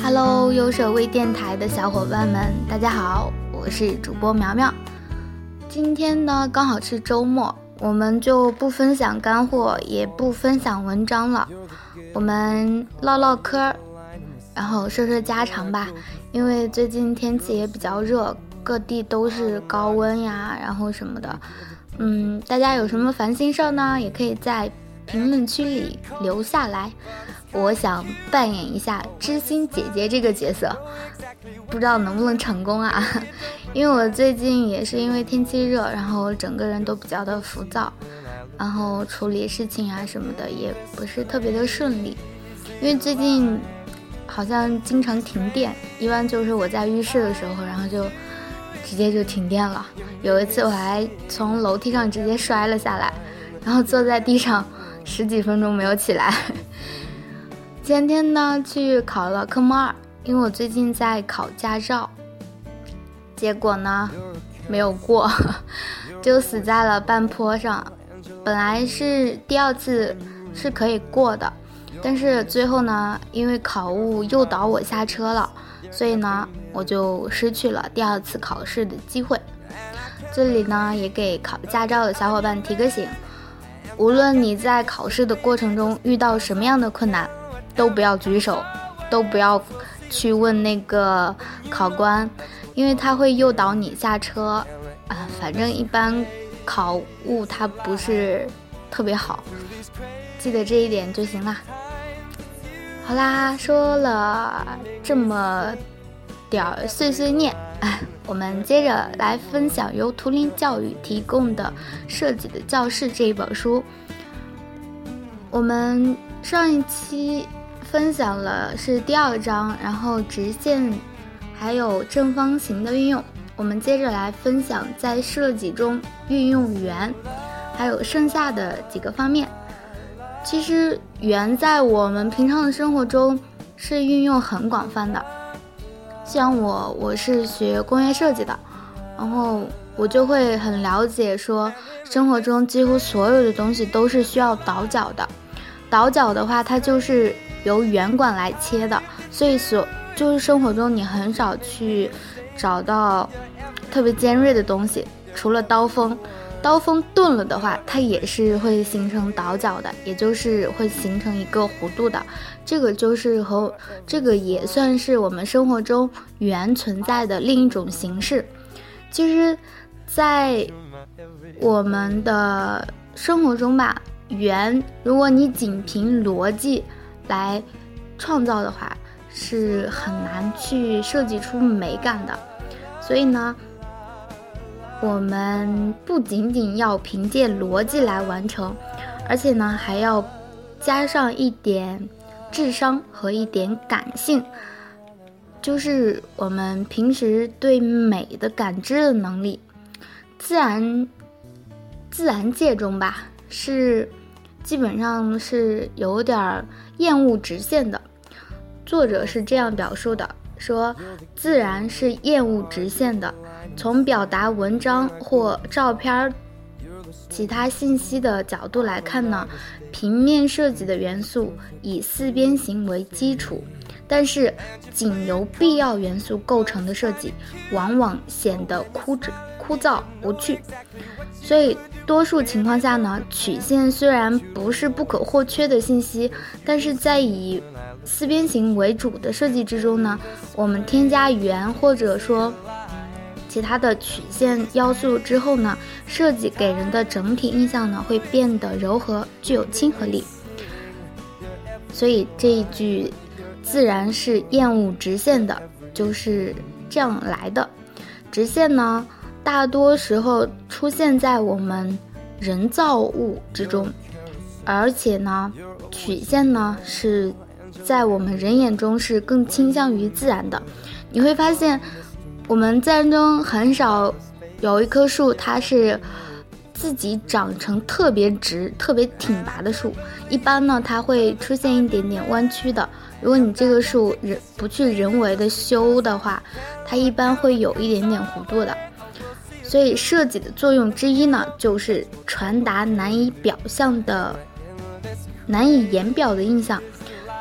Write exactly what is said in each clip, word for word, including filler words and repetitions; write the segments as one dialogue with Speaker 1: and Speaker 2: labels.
Speaker 1: Hello， 优舍微电台的小伙伴们，大家好，我是主播苗苗。今天呢，刚好是周末，我们就不分享干货，也不分享文章了，我们唠唠嗑，然后说说家常吧。因为最近天气也比较热，各地都是高温呀，然后什么的。嗯，大家有什么烦心事儿呢，也可以在评论区里留下来。我想扮演一下知心姐姐这个角色，不知道能不能成功啊？因为我最近也是因为天气热，然后整个人都比较的浮躁，然后处理事情啊什么的也不是特别的顺利。因为最近好像经常停电，一般就是我在浴室的时候，然后就直接就停电了。有一次我还从楼梯上直接摔了下来，然后坐在地上十几分钟没有起来。前天呢去考了科目二，因为我最近在考驾照，结果呢没有过，就死在了半坡上。本来是第二次是可以过的，但是最后呢因为考务诱导我下车了，所以呢我就失去了第二次考试的机会。这里呢也给考驾照的小伙伴提个醒，无论你在考试的过程中遇到什么样的困难，都不要举手，都不要去问那个考官，因为他会诱导你下车啊。反正一般考务它不是特别好，记得这一点就行啦。好啦，说了这么点儿碎碎念，哎，我们接着来分享由图灵教育提供的《设计的教室》这一本书。我们上一期分享了是第二章，然后直线还有正方形的运用。我们接着来分享在设计中运用圆，还有剩下的几个方面。其实圆在我们平常的生活中是运用很广泛的。像我我是学工业设计的，然后我就会很了解说生活中几乎所有的东西都是需要倒角的。倒角的话它就是由圆管来切的，所以所就是生活中你很少去找到特别尖锐的东西，除了刀锋。刀锋钝了的话，它也是会形成倒角的，也就是会形成一个弧度的。这个就是和这个也算是我们生活中圆存在的另一种形式。其实在我们的生活中吧，圆如果你仅凭逻辑来创造的话，是很难去设计出美感的。所以呢，我们不仅仅要凭借逻辑来完成，而且呢还要加上一点智商和一点感性，就是我们平时对美的感知的能力。自然自然界中吧，是基本上是有点厌恶直线的。作者是这样表述的，说自然是厌恶直线的。从表达文章或照片其他信息的角度来看呢，平面设计的元素以四边形为基础，但是仅由必要元素构成的设计往往显得枯燥枯燥无趣。所以多数情况下呢，曲线虽然不是不可或缺的信息，但是在以四边形为主的设计之中呢，我们添加圆或者说其他的曲线要素之后呢，设计给人的整体印象呢会变得柔和，具有亲和力。所以这一句自然是厌恶直线的就是这样来的。直线呢大多时候出现在我们人造物之中，而且呢曲线呢是在我们人眼中是更倾向于自然的。你会发现我们自然中很少有一棵树它是自己长成特别直特别挺拔的树，一般呢它会出现一点点弯曲的。如果你这个树人不去人为的修的话，它一般会有一点点弧度的。所以设计的作用之一呢，就是传达难以表象的难以言表的印象。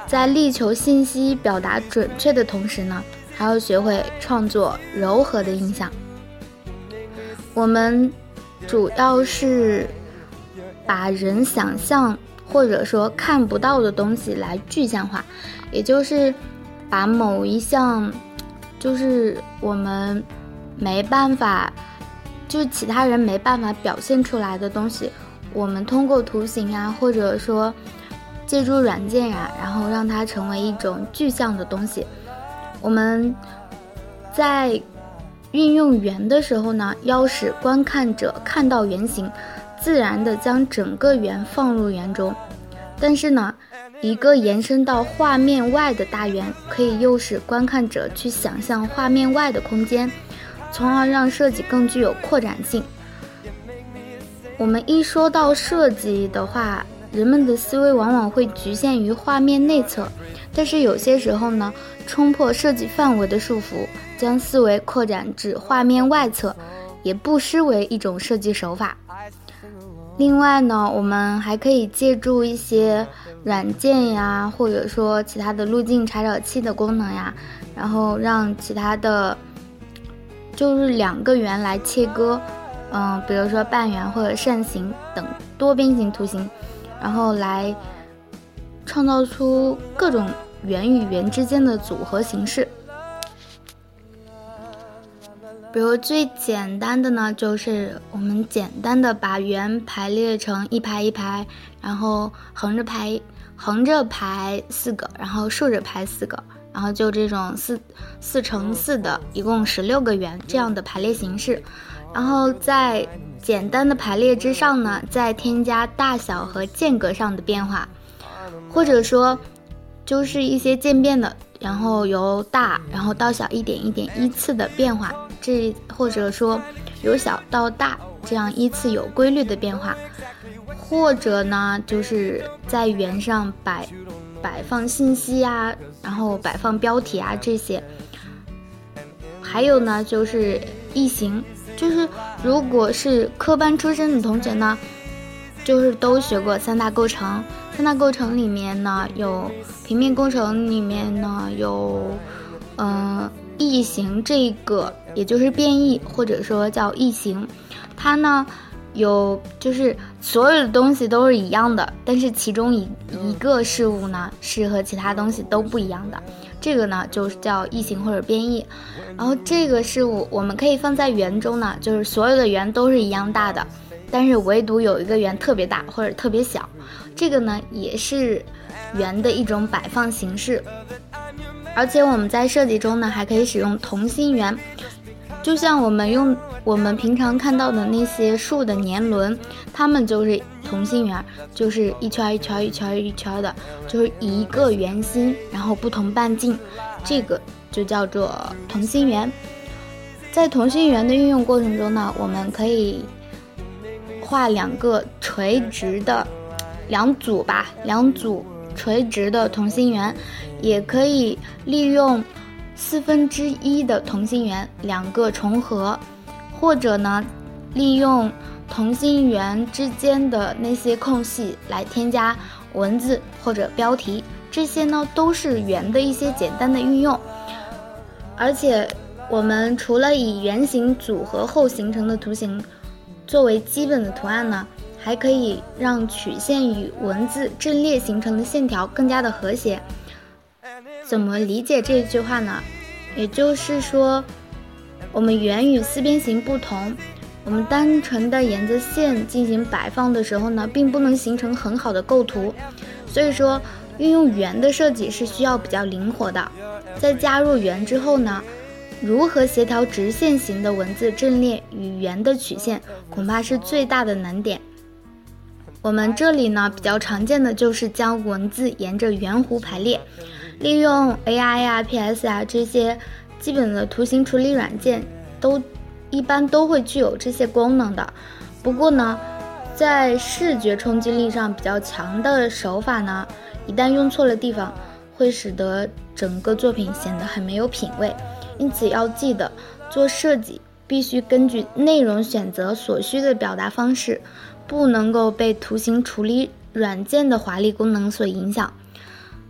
Speaker 1: 在力求信息表达准确的同时呢，还要学会创作柔和的印象。我们主要是把人想象或者说看不到的东西来具象化，也就是把某一项就是我们没办法就是其他人没办法表现出来的东西，我们通过图形啊，或者说借助软件呀、啊，然后让它成为一种具象的东西。我们在运用圆的时候呢，要使观看者看到圆形，自然地将整个圆放入圆中。但是呢，一个延伸到画面外的大圆，可以诱使观看者去想象画面外的空间，从而让设计更具有扩展性。我们一说到设计的话，人们的思维往往会局限于画面内侧，但是有些时候呢，冲破设计范围的束缚，将思维扩展至画面外侧，也不失为一种设计手法。另外呢，我们还可以借助一些软件呀，或者说其他的路径查找器的功能呀，然后让其他的就是两个圆来切割，嗯，比如说半圆或者扇形等多边形图形，然后来创造出各种圆与圆之间的组合形式。比如最简单的呢，就是我们简单的把圆排列成一排一排，然后横着排横着排四个，然后竖着排四个，然后就这种四四乘四的，一共十六个圆这样的排列形式。然后在简单的排列之上呢，再添加大小和间隔上的变化，或者说就是一些渐变的，然后由大然后到小一点一点依次的变化，这或者说由小到大这样依次有规律的变化，或者呢就是在圆上摆摆放信息啊，然后摆放标题啊这些。还有呢就是异形，就是如果是科班出身的同学呢，就是都学过三大构成，三大构成里面呢有平面工程里面呢有呃异形这个，也就是变异或者说叫异形，它呢有就是所有的东西都是一样的，但是其中一一个事物呢是和其他东西都不一样的，这个呢就是叫异形或者变异。然后这个事物我们可以放在圆中呢，就是所有的圆都是一样大的，但是唯独有一个圆特别大或者特别小，这个呢也是圆的一种摆放形式。而且我们在设计中呢还可以使用同心圆，就像我们用我们平常看到的那些树的年轮，它们就是同心圆，就是一圈一圈一圈一圈的，就是一个圆心然后不同半径，这个就叫做同心圆。在同心圆的运用过程中呢，我们可以画两个垂直的两组吧，两组垂直的同心圆，也可以利用四分之一的同心圆两个重合，或者呢利用同心圆之间的那些空隙来添加文字或者标题，这些呢都是圆的一些简单的运用。而且我们除了以圆形组合后形成的图形作为基本的图案呢，还可以让曲线与文字阵列形成的线条更加的和谐。怎么理解这句话呢？也就是说，我们圆与四边形不同，我们单纯的沿着线进行摆放的时候呢，并不能形成很好的构图，所以说运用圆的设计是需要比较灵活的。在加入圆之后呢，如何协调直线型的文字阵列与圆的曲线，恐怕是最大的难点。我们这里呢比较常见的就是将文字沿着圆弧排列，利用 A I 呀、P S 啊这些基本的图形处理软件，都一般都会具有这些功能的。不过呢，在视觉冲击力上比较强的手法呢，一旦用错了地方，会使得整个作品显得很没有品味。因此要记得，做设计必须根据内容选择所需的表达方式，不能够被图形处理软件的华丽功能所影响。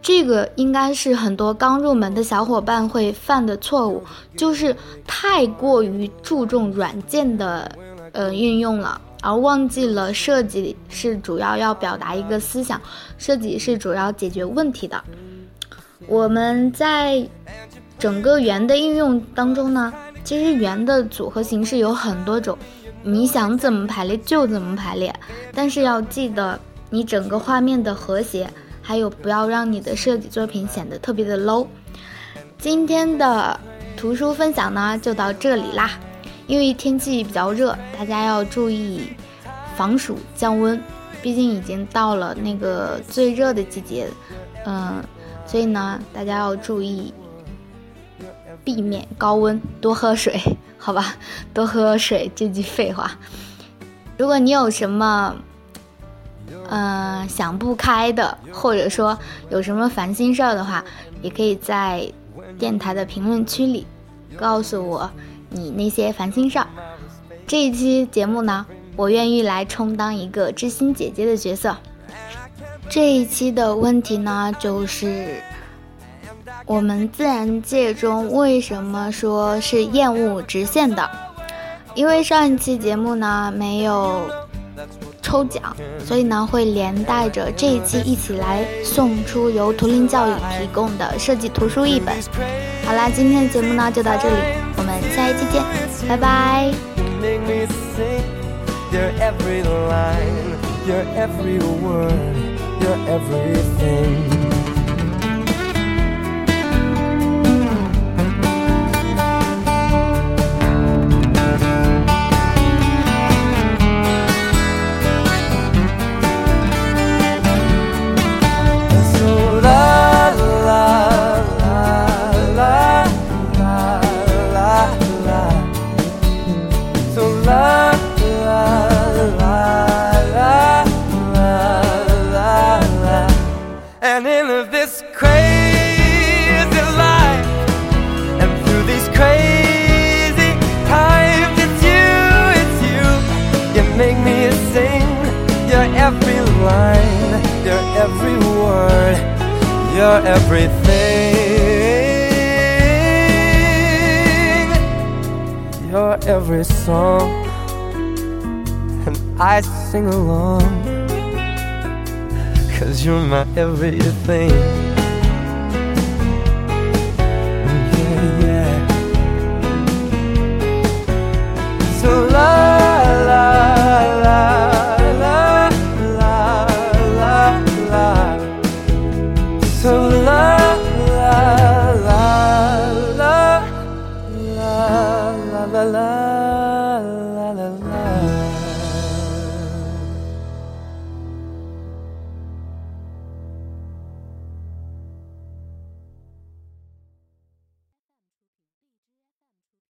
Speaker 1: 这个应该是很多刚入门的小伙伴会犯的错误，就是太过于注重软件的呃运用了，而忘记了设计是主要要表达一个思想，设计是主要解决问题的。我们在整个圆的应用当中呢，其实圆的组合形式有很多种，你想怎么排列就怎么排列，但是要记得你整个画面的和谐，还有不要让你的设计作品显得特别的 low。 今天的图书分享呢就到这里啦，因为天气比较热，大家要注意防暑降温，毕竟已经到了那个最热的季节，嗯，所以呢大家要注意避免高温，多喝水，好吧，多喝水，这句废话。如果你有什么嗯、呃，想不开的，或者说有什么烦心事儿的话，也可以在电台的评论区里告诉我你那些烦心事儿。这一期节目呢，我愿意来充当一个知心姐姐的角色。这一期的问题呢，就是我们自然界中为什么说是厌恶直线的？因为上一期节目呢没有抽奖，所以呢会连带着这一期一起来送出由图灵教育提供的设计图书一本。好啦，今天的节目呢就到这里，我们下一期见，拜拜。
Speaker 2: Every word, you're everything. You're every song, and I sing along, 'cause you're my everything. Yeah, yeah. So la la la So la la la la la la la la la la